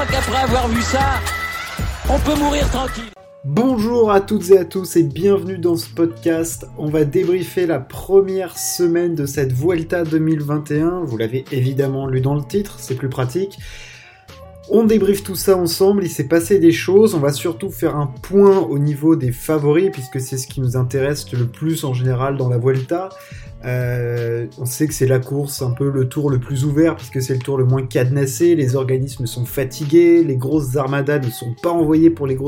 crois qu'après avoir vu ça, on peut mourir tranquille. Bonjour à toutes et à tous et bienvenue dans ce podcast. On va débriefer la première semaine de cette Vuelta 2021. Vous l'avez évidemment lu dans le titre, c'est plus pratique. On débriefe tout ça ensemble, il s'est passé des choses. On va surtout faire un point au niveau des favoris puisque c'est ce qui nous intéresse le plus en général dans la Vuelta. On sait que c'est la course, un peu le tour le plus ouvert puisque c'est le tour le moins cadenassé. Les organismes sont fatigués, les grosses armadas ne sont pas envoyées pour les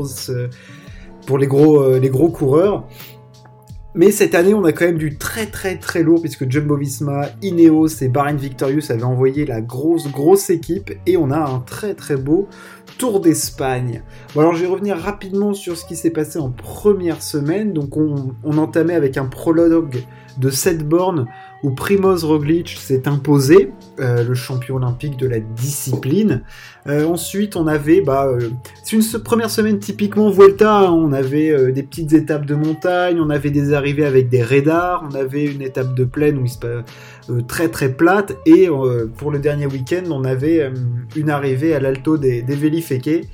gros coureurs. Mais cette année, on a quand même du très lourd puisque Jumbo-Visma, Ineos et Bahrain Victorious avaient envoyé la grosse équipe et on a un très beau Tour d'Espagne. Bon, alors je vais revenir rapidement sur ce qui s'est passé en première semaine. Donc on entamait avec un prologue de 7 bornes où Primož Roglič s'est imposé, le champion olympique de la discipline. Ensuite, on avait, c'est une première semaine typiquement Vuelta, hein. On avait des petites étapes de montagne, on avait des arrivées avec des radars, on avait une étape de plaine où il se passe très plate, et pour le dernier week-end, on avait une arrivée à l'Alto des Velifiqué.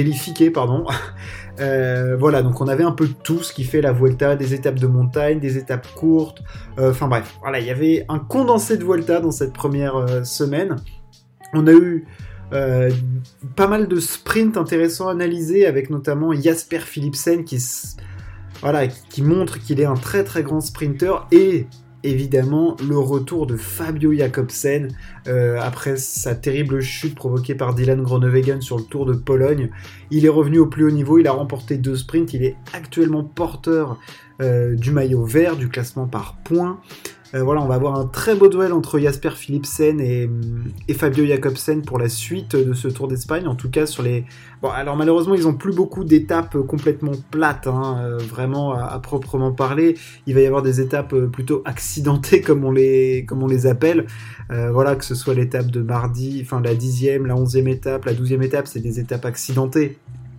Voilà, donc on avait un peu de tout ce qui fait la Vuelta, des étapes de montagne, des étapes courtes, enfin bref, voilà, il y avait un condensé de Vuelta dans cette première semaine. On a eu pas mal de sprints intéressants à analyser, avec notamment Jasper Philipsen qui montre qu'il est un très grand sprinter, et évidemment le retour de Fabio Jakobsen après sa terrible chute provoquée par Dylan Groenewegen sur le Tour de Pologne. Il est revenu au plus haut niveau, il a remporté 2 sprints, il est actuellement porteur du maillot vert, du classement par points. Voilà, on va avoir un très beau duel entre Jasper Philipsen et Fabio Jakobsen pour la suite de ce Tour d'Espagne. En tout cas, sur les... Bon, alors malheureusement, ils n'ont plus beaucoup d'étapes complètement plates, hein, vraiment à proprement parler. Il va y avoir des étapes plutôt accidentées, comme on les appelle. Voilà, que ce soit l'étape de mardi, enfin la 10e, la 11e étape, la 12e étape, c'est des étapes accidentées.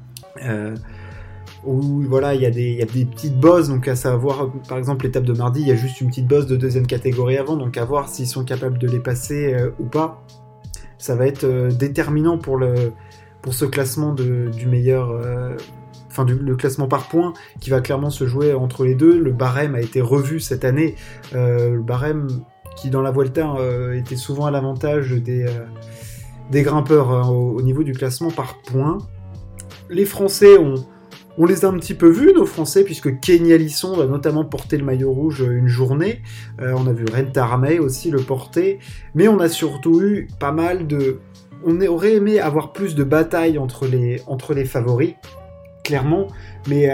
Où voilà, il y a des petites bosses, donc à savoir, par exemple l'étape de mardi, il y a juste une petite bosse de deuxième catégorie avant, donc à voir s'ils sont capables de les passer ou pas. Ça va être déterminant pour ce classement du meilleur, le classement par points qui va clairement se jouer entre les deux. Le barème a été revu cette année, le barème qui dans la Vuelta était souvent à l'avantage des grimpeurs hein, au niveau du classement par points. Les Français on les a un petit peu vus, nos Français, puisque Kenny Alisson va notamment porter le maillot rouge une journée. On a vu Ren Taramay aussi le porter. Mais on a surtout eu pas mal de... On aurait aimé avoir plus de batailles entre les favoris, clairement. Mais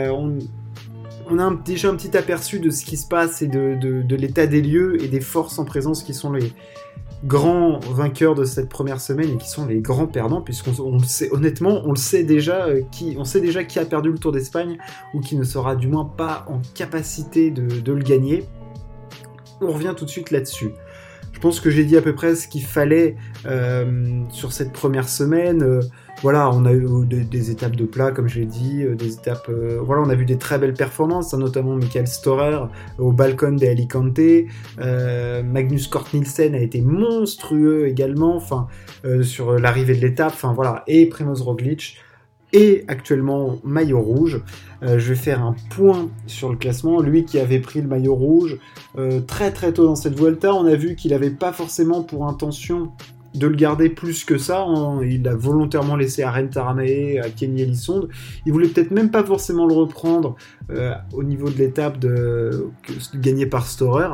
on a déjà un petit aperçu de ce qui se passe et de l'état des lieux et des forces en présence qui sont les grands vainqueurs de cette première semaine et qui sont les grands perdants, puisqu'on le sait, honnêtement, on sait déjà qui a perdu le Tour d'Espagne ou qui ne sera du moins pas en capacité de le gagner. On revient tout de suite là-dessus. Je pense que j'ai dit à peu près ce qu'il fallait sur cette première semaine. Voilà, on a eu des étapes de plat, comme je l'ai dit, des étapes... voilà, on a vu des très belles performances, hein, notamment Michael Storer au Balcón de Alicante. Magnus Cort Nielsen a été monstrueux également, sur l'arrivée de l'étape, voilà. Et Primož Roglič est actuellement maillot rouge. Je vais faire un point sur le classement. Lui qui avait pris le maillot rouge très tôt dans cette Vuelta, on a vu qu'il n'avait pas forcément pour intention de le garder plus que ça, hein. Il l'a volontairement laissé à Ren Taramay, à Kenny Alisson. Il voulait peut-être même pas forcément le reprendre au niveau de l'étape gagnée par Storer,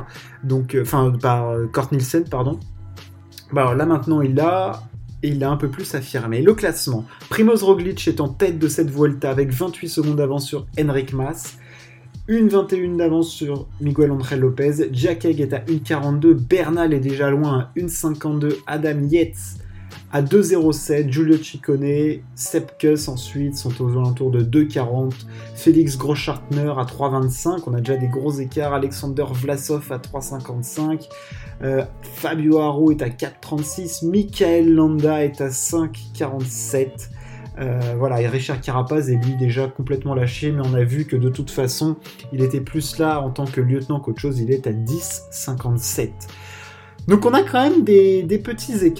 par Cort Nielsen, pardon. Alors là maintenant il l'a, et il l'a un peu plus affirmé. Le classement, Primož Roglič est en tête de cette Vuelta avec 28 secondes d'avance sur Enric Mas. 1,21 d'avance sur Miguel Ángel López, Jacquet est à 1,42, Bernal est déjà loin à 1,52, Adam Yates à 2,07, Giulio Ciccone, Sepp Kuss ensuite sont aux alentours de 2,40, Félix Großschartner à 3,25, on a déjà des gros écarts, Alexander Vlasov à 3,55, Fabio Aru est à 4,36, Michael Landa est à 5,47, Voilà, et Richard Carapaz est lui déjà complètement lâché, mais on a vu que de toute façon, il était plus là en tant que lieutenant qu'autre chose, il est à 10,57. Donc on a quand même des petits écarts.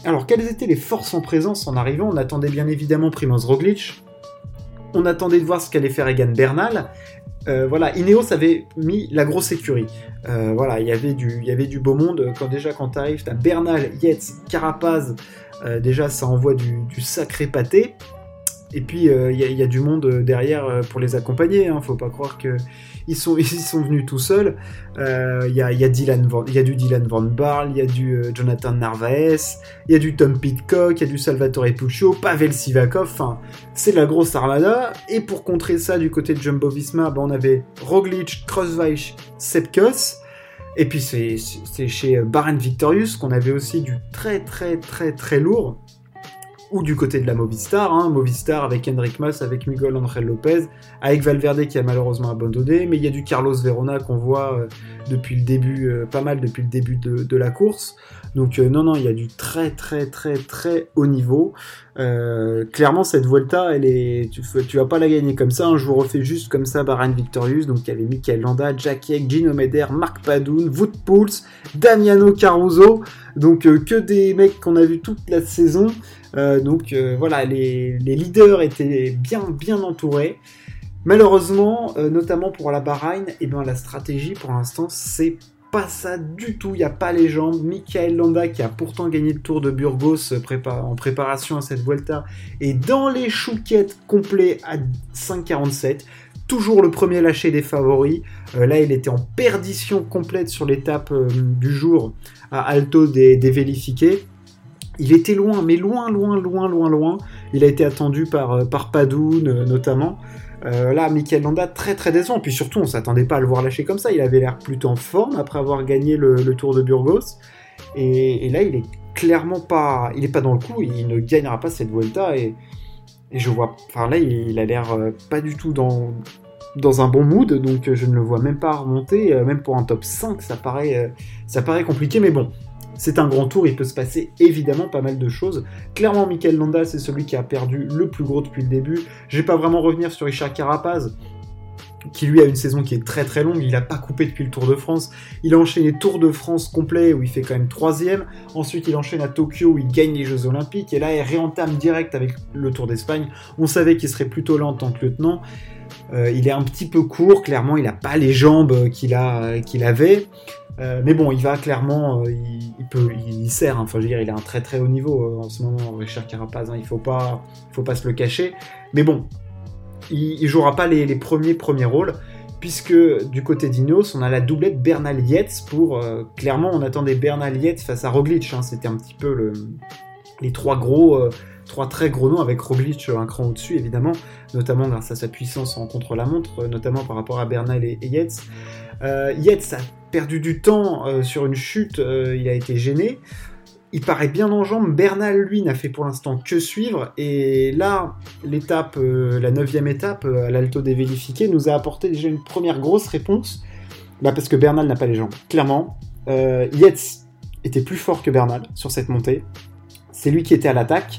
Alors, quelles étaient les forces en présence en arrivant? On attendait bien évidemment Primoz Roglic. On attendait de voir ce qu'allait faire Egan Bernal. Voilà, Ineos avait mis la grosse écurie. Voilà, il y avait du beau monde. Quand t'arrives, t'as Bernal, Yates, Carapaz. Déjà, ça envoie du sacré pâté. Et puis, il y a du monde derrière pour les accompagner. Hein. Faut pas croire qu'ils sont venus tout seuls. Il y a du Dylan Van Barle, il y a du Jonathan Narvaez, il y a du Tom Pidcock, il y a du Salvatore Puccio, Pavel Sivakov. Enfin, c'est de la grosse armada. Et pour contrer ça, du côté de Jumbo-Visma, on avait Roglic, Kruijswijk, Sepkus. Et puis, c'est chez Bahrain Victorious qu'on avait aussi du très, très, très, très lourd. Ou du côté de la Movistar, Movistar avec Enric Mas, avec Miguel Angel Lopez, avec Valverde qui a malheureusement abandonné, mais il y a du Carlos Verona qu'on voit depuis le début, pas mal depuis le début de la course. Donc non, il y a du très très très très haut niveau. Clairement cette Vuelta, tu vas pas la gagner comme ça. Je vous refais juste comme ça Bahrain Victorious. Donc il y avait Mikel Landa, Jack Yek, Gino Meder, Mark Padoun, Wout Poels, Damiano Caruso. Donc que des mecs qu'on a vu toute la saison. Voilà, les leaders étaient bien entourés. Malheureusement, notamment pour la Bahreïn, la stratégie pour l'instant c'est pas ça du tout, il n'y a pas les jambes. Mikel Landa qui a pourtant gagné le Tour de Burgos en préparation à cette Vuelta est dans les chouquettes complets à 5,47. Toujours le premier lâché des favoris. Là, il était en perdition complète sur l'étape du jour à Alto des Vellifiquets. Il était loin, mais loin. Il a été attendu par Padoun, notamment. Là, Mikel Landa, très très décevant. Puis surtout, on s'attendait pas à le voir lâcher comme ça. Il avait l'air plutôt en forme après avoir gagné le Tour de Burgos. Et là, il est clairement pas... Il est pas dans le coup. Il ne gagnera pas cette Vuelta. Et je vois... Enfin là, il a l'air pas du tout dans un bon mood. Donc je ne le vois même pas remonter. Même pour un top 5, ça paraît compliqué. Mais bon... C'est un grand tour, il peut se passer évidemment pas mal de choses. Clairement, Mikel Landa, c'est celui qui a perdu le plus gros depuis le début. Je vais pas vraiment revenir sur Richard Carapaz, qui lui a une saison qui est très très longue. Il n'a pas coupé depuis le Tour de France. Il a enchaîné Tour de France complet où il fait quand même 3e. Ensuite, il enchaîne à Tokyo où il gagne les Jeux Olympiques. Et là, il réentame direct avec le Tour d'Espagne. On savait qu'il serait plutôt lent en tant que lieutenant. Il est un petit peu court. Clairement, il n'a pas les jambes qu'il avait. Mais bon, il va clairement, il sert. Enfin, je veux dire, il a un très très haut niveau en ce moment, Richard Carapaz. Il faut pas se le cacher. Mais bon, il jouera pas les premiers rôles, puisque du côté d'Ineos, on a la doublette Bernal-Yates pour clairement, on attendait Bernal-Yates face à Roglic. C'était un petit peu les trois très gros noms, avec Roglic un cran au-dessus évidemment, notamment grâce à sa puissance en contre-la-montre, notamment par rapport à Bernal et Yates. Yates a perdu du temps sur une chute, il a été gêné. Il paraît bien en jambes. Bernal, lui, n'a fait pour l'instant que suivre. Et là, l'étape, la 9e étape, à l'Alto des Vellifiquets, nous a apporté déjà une première grosse réponse. Parce que Bernal n'a pas les jambes. Clairement, Yates était plus fort que Bernal sur cette montée. C'est lui qui était à l'attaque.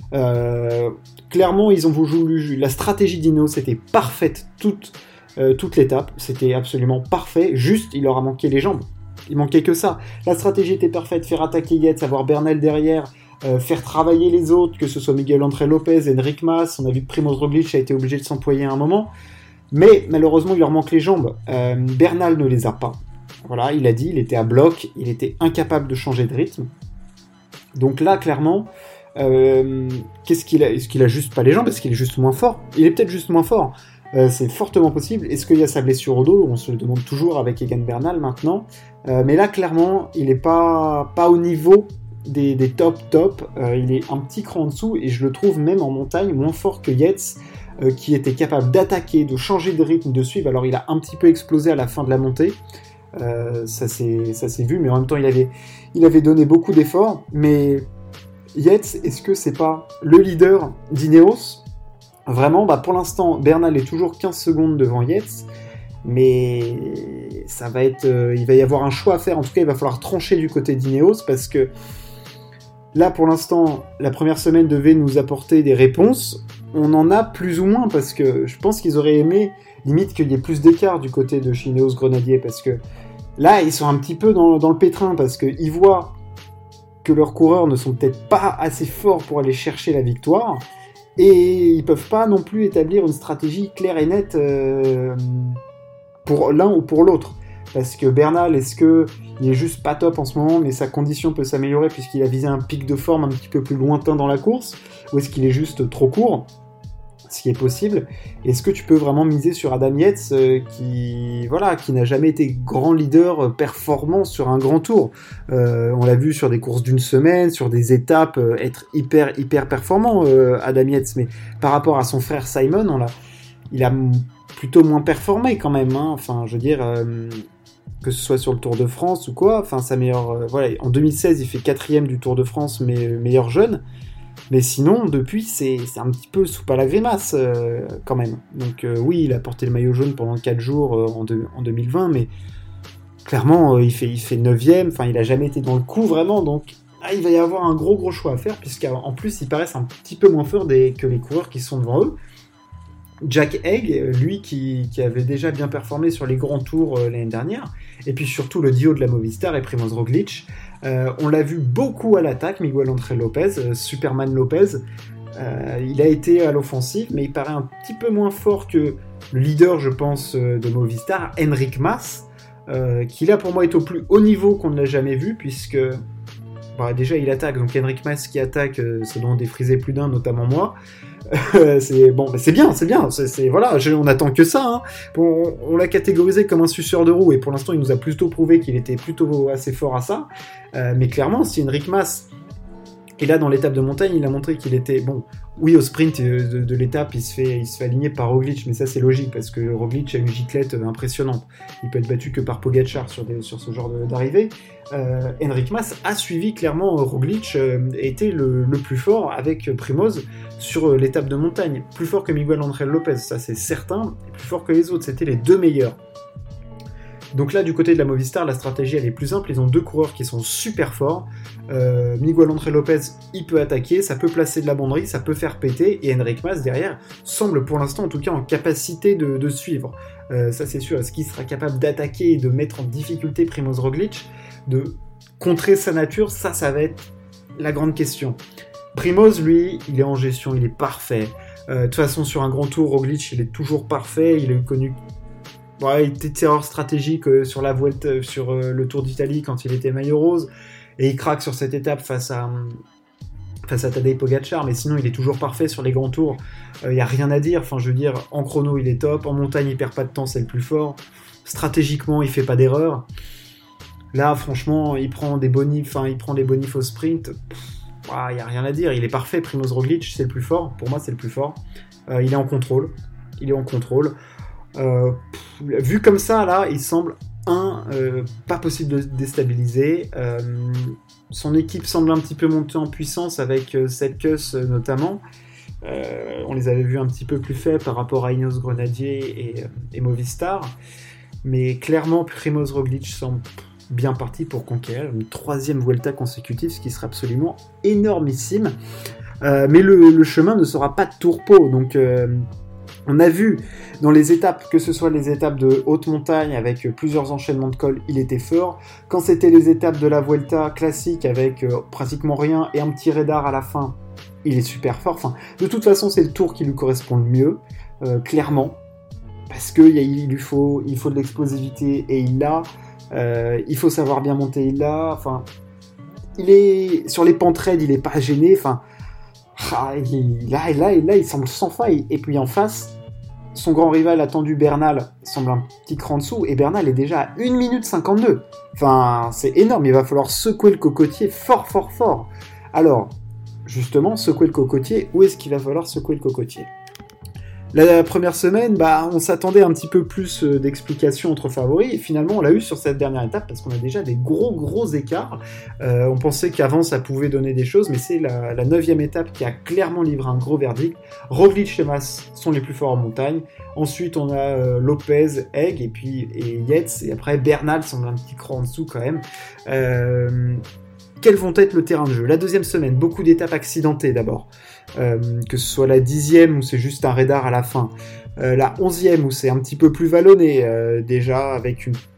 Clairement, ils ont voulu... La stratégie d'Ineos était parfaite toute l'étape. C'était absolument parfait. Juste, il leur a manqué les jambes. Il manquait que ça. La stratégie était parfaite, faire attaquer Yates, avoir Bernal derrière, faire travailler les autres, que ce soit Miguel Angel Lopez, Enric Mas. On a vu que Primoz Roglic a été obligé de s'employer à un moment. Mais malheureusement, il leur manque les jambes. Bernal ne les a pas. Voilà, il a dit, il était à bloc, il était incapable de changer de rythme. Donc là, clairement, qu'est-ce qu'il a ? Est-ce qu'il a juste pas les jambes ? Est-ce qu'il est juste moins fort ? Il est peut-être juste moins fort. C'est fortement possible. Est-ce qu'il y a sa blessure au dos ? On se le demande toujours avec Egan Bernal maintenant. Mais là, clairement, il n'est pas au niveau des top. Il est un petit cran en dessous et je le trouve même en montagne moins fort que Yates, qui était capable d'attaquer, de changer de rythme, de suivre. Alors, il a un petit peu explosé à la fin de la montée. Ça s'est vu, mais en même temps, il avait donné beaucoup d'efforts. Mais Yates, est-ce que c'est pas le leader d'Ineos ? Vraiment, pour l'instant, Bernal est toujours 15 secondes devant Yates, mais ça va être, il va y avoir un choix à faire. En tout cas, il va falloir trancher du côté d'Ineos, parce que là, pour l'instant, la première semaine devait nous apporter des réponses. On en a plus ou moins, parce que je pense qu'ils auraient aimé, limite, qu'il y ait plus d'écart du côté de chez Ineos Grenadier, parce que là, ils sont un petit peu dans le pétrin, parce qu'ils voient que leurs coureurs ne sont peut-être pas assez forts pour aller chercher la victoire, et ils peuvent pas non plus établir une stratégie claire et nette pour l'un ou pour l'autre. Parce que Bernal, est-ce qu'il est juste pas top en ce moment, mais sa condition peut s'améliorer puisqu'il a visé un pic de forme un petit peu plus lointain dans la course, ou est-ce qu'il est juste trop court, ce qui est possible. Est-ce que tu peux vraiment miser sur Adam Yates qui n'a jamais été grand leader performant sur un grand tour. On l'a vu sur des courses d'une semaine, sur des étapes, être hyper performant Adam Yates, mais par rapport à son frère Simon, il a plutôt moins performé quand même, hein. Enfin, je veux dire, que ce soit sur le Tour de France ou quoi, enfin, sa meilleure, en 2016, il fait 4ème du Tour de France, mais meilleur jeune. Mais sinon, depuis, c'est un petit peu soupe à la grimace, quand même. Donc oui, il a porté le maillot jaune pendant 4 jours en 2020, mais clairement, il fait 9ème, enfin, il a jamais été dans le coup, vraiment, donc il va y avoir un gros choix à faire, puisqu'en plus, ils paraissent un petit peu moins forts que les coureurs qui sont devant eux. Jack Haig, lui qui avait déjà bien performé sur les grands tours l'année dernière, et puis surtout le duo de la Movistar et Primoz Roglic. On l'a vu beaucoup à l'attaque, Miguel Ángel Lopez, Superman Lopez. Il a été à l'offensive, mais il paraît un petit peu moins fort que le leader, je pense, de Movistar, Enric Mas, qui là pour moi est au plus haut niveau qu'on ne l'a jamais vu, puisque déjà il attaque, donc Enric Mas qui attaque, ça doit en défriser plus d'un, notamment moi. C'est bien, voilà, on attend que ça, hein. Bon, on l'a catégorisé comme un suceur de roue, et pour l'instant il nous a plutôt prouvé qu'il était plutôt assez fort à ça, mais clairement si Enric Mas est là dans l'étape de montagne, il a montré qu'il était bon. Oui, au sprint de l'étape, il se fait aligner par Roglic, mais ça c'est logique parce que Roglic a une giclette impressionnante. Il peut être battu que par Pogačar sur ce genre d'arrivée. Enric Mas a suivi clairement Roglic, était le plus fort avec Primoz sur l'étape de montagne. Plus fort que Miguel Ángel Lopez, ça c'est certain, et plus fort que les autres, c'était les deux meilleurs. Donc là, du côté de la Movistar, la stratégie elle est plus simple. Ils ont deux coureurs qui sont super forts. Miguel Ángel Lopez, il peut attaquer, ça peut placer de la banderie, ça peut faire péter. Et Enric Mas, derrière, semble pour l'instant, en tout cas, en capacité de suivre. Ça, c'est sûr. Est-ce qu'il sera capable d'attaquer et de mettre en difficulté Primoz Roglic, de contrer sa nature? Ça va être la grande question. Primoz, lui, il est en gestion, il est parfait. De toute façon, sur un grand tour, Roglic, il est toujours parfait. Il a connu une petite erreur stratégique sur la Vuelta, sur le Tour d'Italie quand il était maillot rose, et il craque sur cette étape face à Tadej Pogačar, mais sinon il est toujours parfait sur les grands tours. Il n'y a rien à dire. Enfin, je veux dire, en chrono il est top, en montagne il perd pas de temps, c'est le plus fort. Stratégiquement il fait pas d'erreur. Là franchement il prend des bonifs au sprint. Il n'y a rien à dire. Il est parfait. Primoz Roglic c'est le plus fort. Pour moi c'est le plus fort. Il est en contrôle. Vu comme ça, là, il semble pas possible de déstabiliser. Son équipe semble un petit peu monter en puissance avec Sepp Kuss notamment. On les avait vus un petit peu plus faibles par rapport à Ineos Grenadier et Movistar. Mais clairement, Primoz Roglic semble bien parti pour conquérir une 3e Vuelta consécutive, ce qui serait absolument énormissime. Mais le chemin ne sera pas de tourpeau, donc... On a vu dans les étapes, que ce soit les étapes de haute montagne avec plusieurs enchaînements de cols, il était fort. Quand c'était les étapes de la Vuelta classique avec pratiquement rien et un petit radar à la fin, il est super fort. Enfin, de toute façon, c'est le tour qui lui correspond le mieux, clairement, parce qu'il faut de l'explosivité et il l'a. Il faut savoir bien monter, il l'a. Enfin, il est sur les pentes raides, il est pas gêné. Enfin, là, il semble sans faille. Et puis en face, son grand rival attendu Bernal semble un petit cran dessous, et Bernal est déjà à 1 minute 52. Enfin, c'est énorme, il va falloir secouer le cocotier fort. Alors, justement, secouer le cocotier, où est-ce qu'il va falloir secouer le cocotier ? La première semaine, on s'attendait un petit peu plus d'explications entre favoris, et finalement on l'a eu sur cette dernière étape parce qu'on a déjà des gros écarts. On pensait qu'avant ça pouvait donner des choses, mais c'est la 9e étape qui a clairement livré un gros verdict. Roglic et Mas sont les plus forts en montagne. Ensuite on a Lopez, Haig et Yates, et après Bernal semble un petit cran en dessous quand même. Quels vont être le terrain de jeu ? La 2e semaine, beaucoup d'étapes accidentées d'abord. Que ce soit la 10e où c'est juste un radar à la fin, la 11e où c'est un petit peu plus vallonné, déjà avec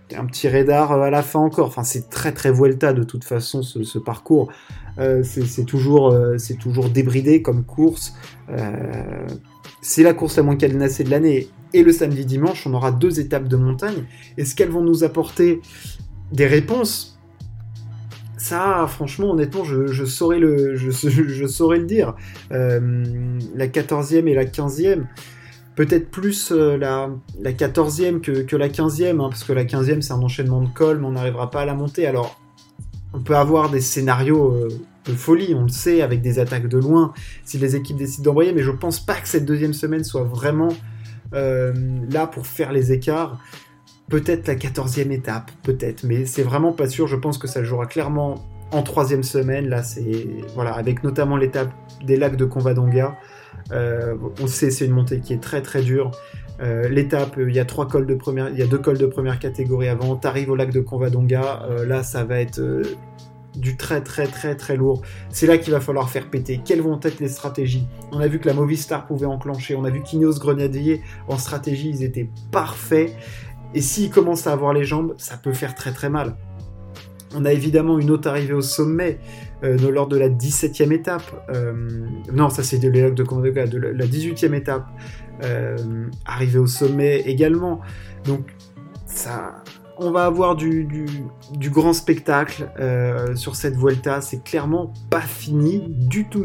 un petit radar à la fin encore. Enfin, c'est très très Vuelta de toute façon ce parcours. C'est toujours débridé comme course. C'est la course la moins cadenassée de l'année. Et le samedi dimanche, on aura 2 étapes de montagne. Est-ce qu'elles vont nous apporter des réponses ? Ça, franchement, honnêtement, je saurais le dire. La 14e et la 15e, peut-être plus la 14e que la 15e, hein, parce que la 15e, c'est un enchaînement de cols, mais on n'arrivera pas à la monter. Alors, on peut avoir des scénarios de folie, on le sait, avec des attaques de loin, si les équipes décident d'envoyer, mais je pense pas que cette deuxième semaine soit vraiment là pour faire les écarts. Peut-être la 14e étape, peut-être, mais c'est vraiment pas sûr. Je pense que ça jouera clairement en 3e semaine. Là, voilà, avec notamment l'étape des lacs de Covadonga. On sait, c'est une montée qui est très très dure. L'étape, il y a 2 cols de première catégorie avant. T'arrives au lac de Covadonga, là, ça va être du très très très très lourd. C'est là qu'il va falloir faire péter. Quelles vont être les stratégies ? On a vu que la Movistar pouvait enclencher. On a vu qu'Ineos Grenadier en stratégie, ils étaient parfaits. Et s'il commence à avoir les jambes, ça peut faire très très mal. On a évidemment une autre arrivée au sommet lors de la 17e étape. Non, ça c'est de l'époque de la 18e étape. Arrivée au sommet également. Donc, ça, on va avoir du grand spectacle sur cette Vuelta. C'est clairement pas fini du tout.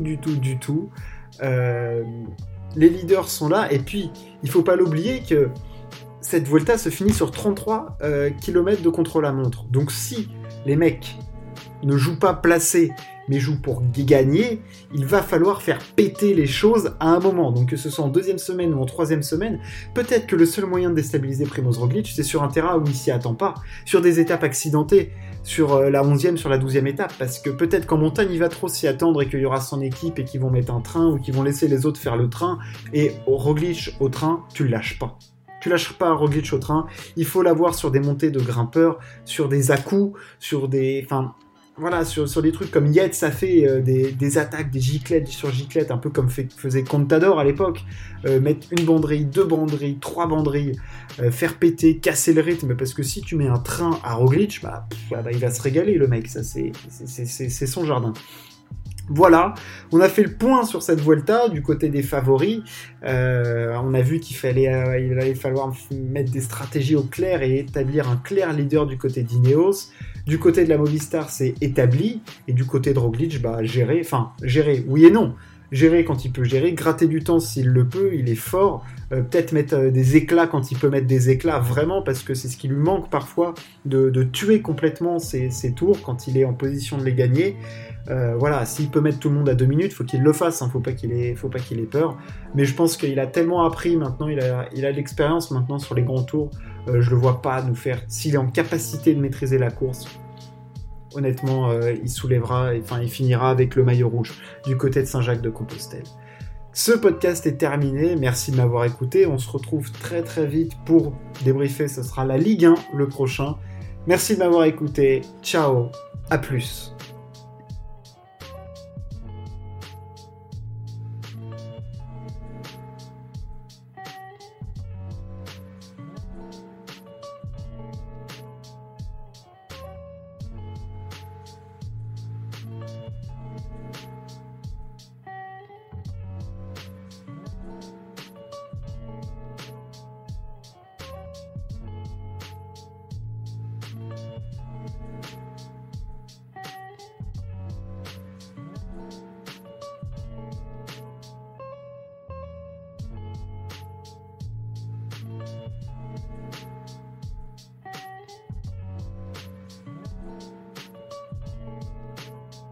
Les leaders sont là. Et puis, il faut pas l'oublier que cette Vuelta se finit sur 33 km de contre-la-montre. Donc si les mecs ne jouent pas placés, mais jouent pour gagner, il va falloir faire péter les choses à un moment. Donc que ce soit en 2e semaine ou en 3e semaine, peut-être que le seul moyen de déstabiliser Primož Roglič, c'est sur un terrain où il s'y attend pas, sur des étapes accidentées, sur la 11e, sur la 12e étape, parce que peut-être qu'en montagne, il va trop s'y attendre et qu'il y aura son équipe et qu'ils vont mettre un train ou qu'ils vont laisser les autres faire le train, et Roglič au train, tu le lâches pas. Tu lâches pas Roglič au train, il faut l'avoir sur des montées de grimpeurs, sur des à-coups, sur des... Enfin, voilà, sur des trucs comme Yates, ça fait des attaques, des giclettes sur giclettes, un peu comme faisait Contador à l'époque. Mettre une banderille, 2 banderilles, 3 banderilles, faire péter, casser le rythme, parce que si tu mets un train à Roglič, il va se régaler le mec, ça c'est son jardin. Voilà, on a fait le point sur cette Vuelta du côté des favoris. On a vu il allait falloir mettre des stratégies au clair et établir un clair leader du côté d'Ineos. Du côté de la Movistar, c'est établi, et du côté de Roglič, gérer, oui et non. Gérer quand il peut gérer, gratter du temps s'il le peut, il est fort. Peut-être mettre des éclats quand il peut mettre des éclats, vraiment, parce que c'est ce qui lui manque parfois, de tuer complètement ses tours quand il est en position de les gagner. Voilà, s'il peut mettre tout le monde à 2 minutes, faut qu'il le fasse, hein, faut pas qu'il ait peur. Mais je pense qu'il a tellement appris maintenant, il a l'expérience maintenant sur les grands tours. Je le vois pas nous faire, s'il est en capacité de maîtriser la course, honnêtement, il finira avec le maillot rouge du côté de Saint-Jacques-de-Compostelle. Ce podcast est terminé, merci de m'avoir écouté, on se retrouve très très vite pour débriefer, ce sera la Ligue 1 le prochain. Merci de m'avoir écouté, ciao, à plus.